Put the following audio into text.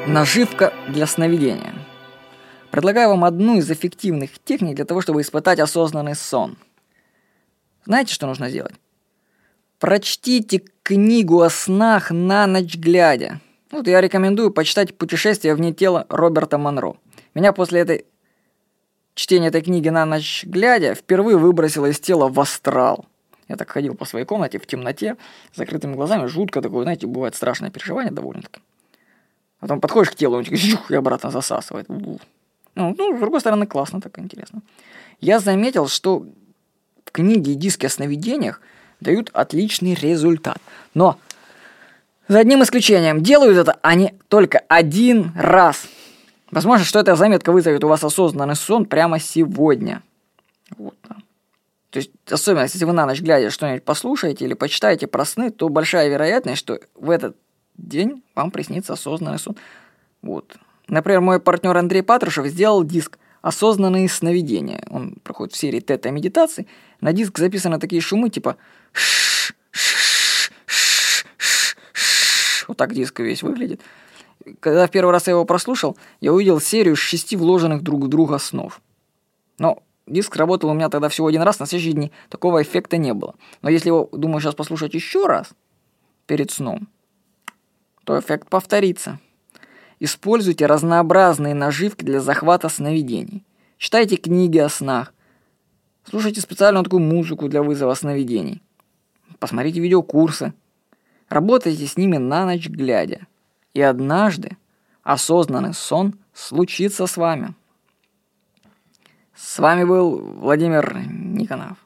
Наживка для сновидения. Предлагаю вам одну из эффективных техник для того, чтобы испытать осознанный сон. Знаете, что нужно сделать? Прочтите книгу о снах на ночь глядя. Вот я рекомендую почитать «Путешествие вне тела» Роберта Монро. Меня после чтения этой книги на ночь глядя впервые выбросило из тела в астрал. Я так ходил по своей комнате в темноте, с закрытыми глазами, жутко такое, знаете, бывает страшное переживание довольно-таки. Потом подходишь к телу, он и обратно засасывает. Ну, с другой стороны, классно, так интересно. Я заметил, что книги и диски о сновидениях дают отличный результат. Но за одним исключением, делают это они только один раз. Возможно, что эта заметка вызовет у вас осознанный сон прямо сегодня. Вот. То есть, особенно если вы на ночь глядя что-нибудь послушаете или почитаете про сны, то большая вероятность, что в этот день вам приснится осознанный сон. Вот. Например, мой партнер Андрей Патрушев сделал диск «Осознанные сновидения». Он проходит в серии тета-медитаций. На диск записаны такие шумы, типа вот так диск весь выглядит. Когда в первый раз я его прослушал, я увидел серию 6 вложенных друг в друга снов. Но диск работал у меня тогда всего один раз, на следующие дни такого эффекта не было. Но если его, думаю, сейчас послушать еще раз перед сном, то эффект повторится. Используйте разнообразные наживки для захвата сновидений. Читайте книги о снах. Слушайте специальную такую музыку для вызова сновидений. Посмотрите видеокурсы. Работайте с ними на ночь глядя. И однажды осознанный сон случится с вами. С вами был Владимир Никонов.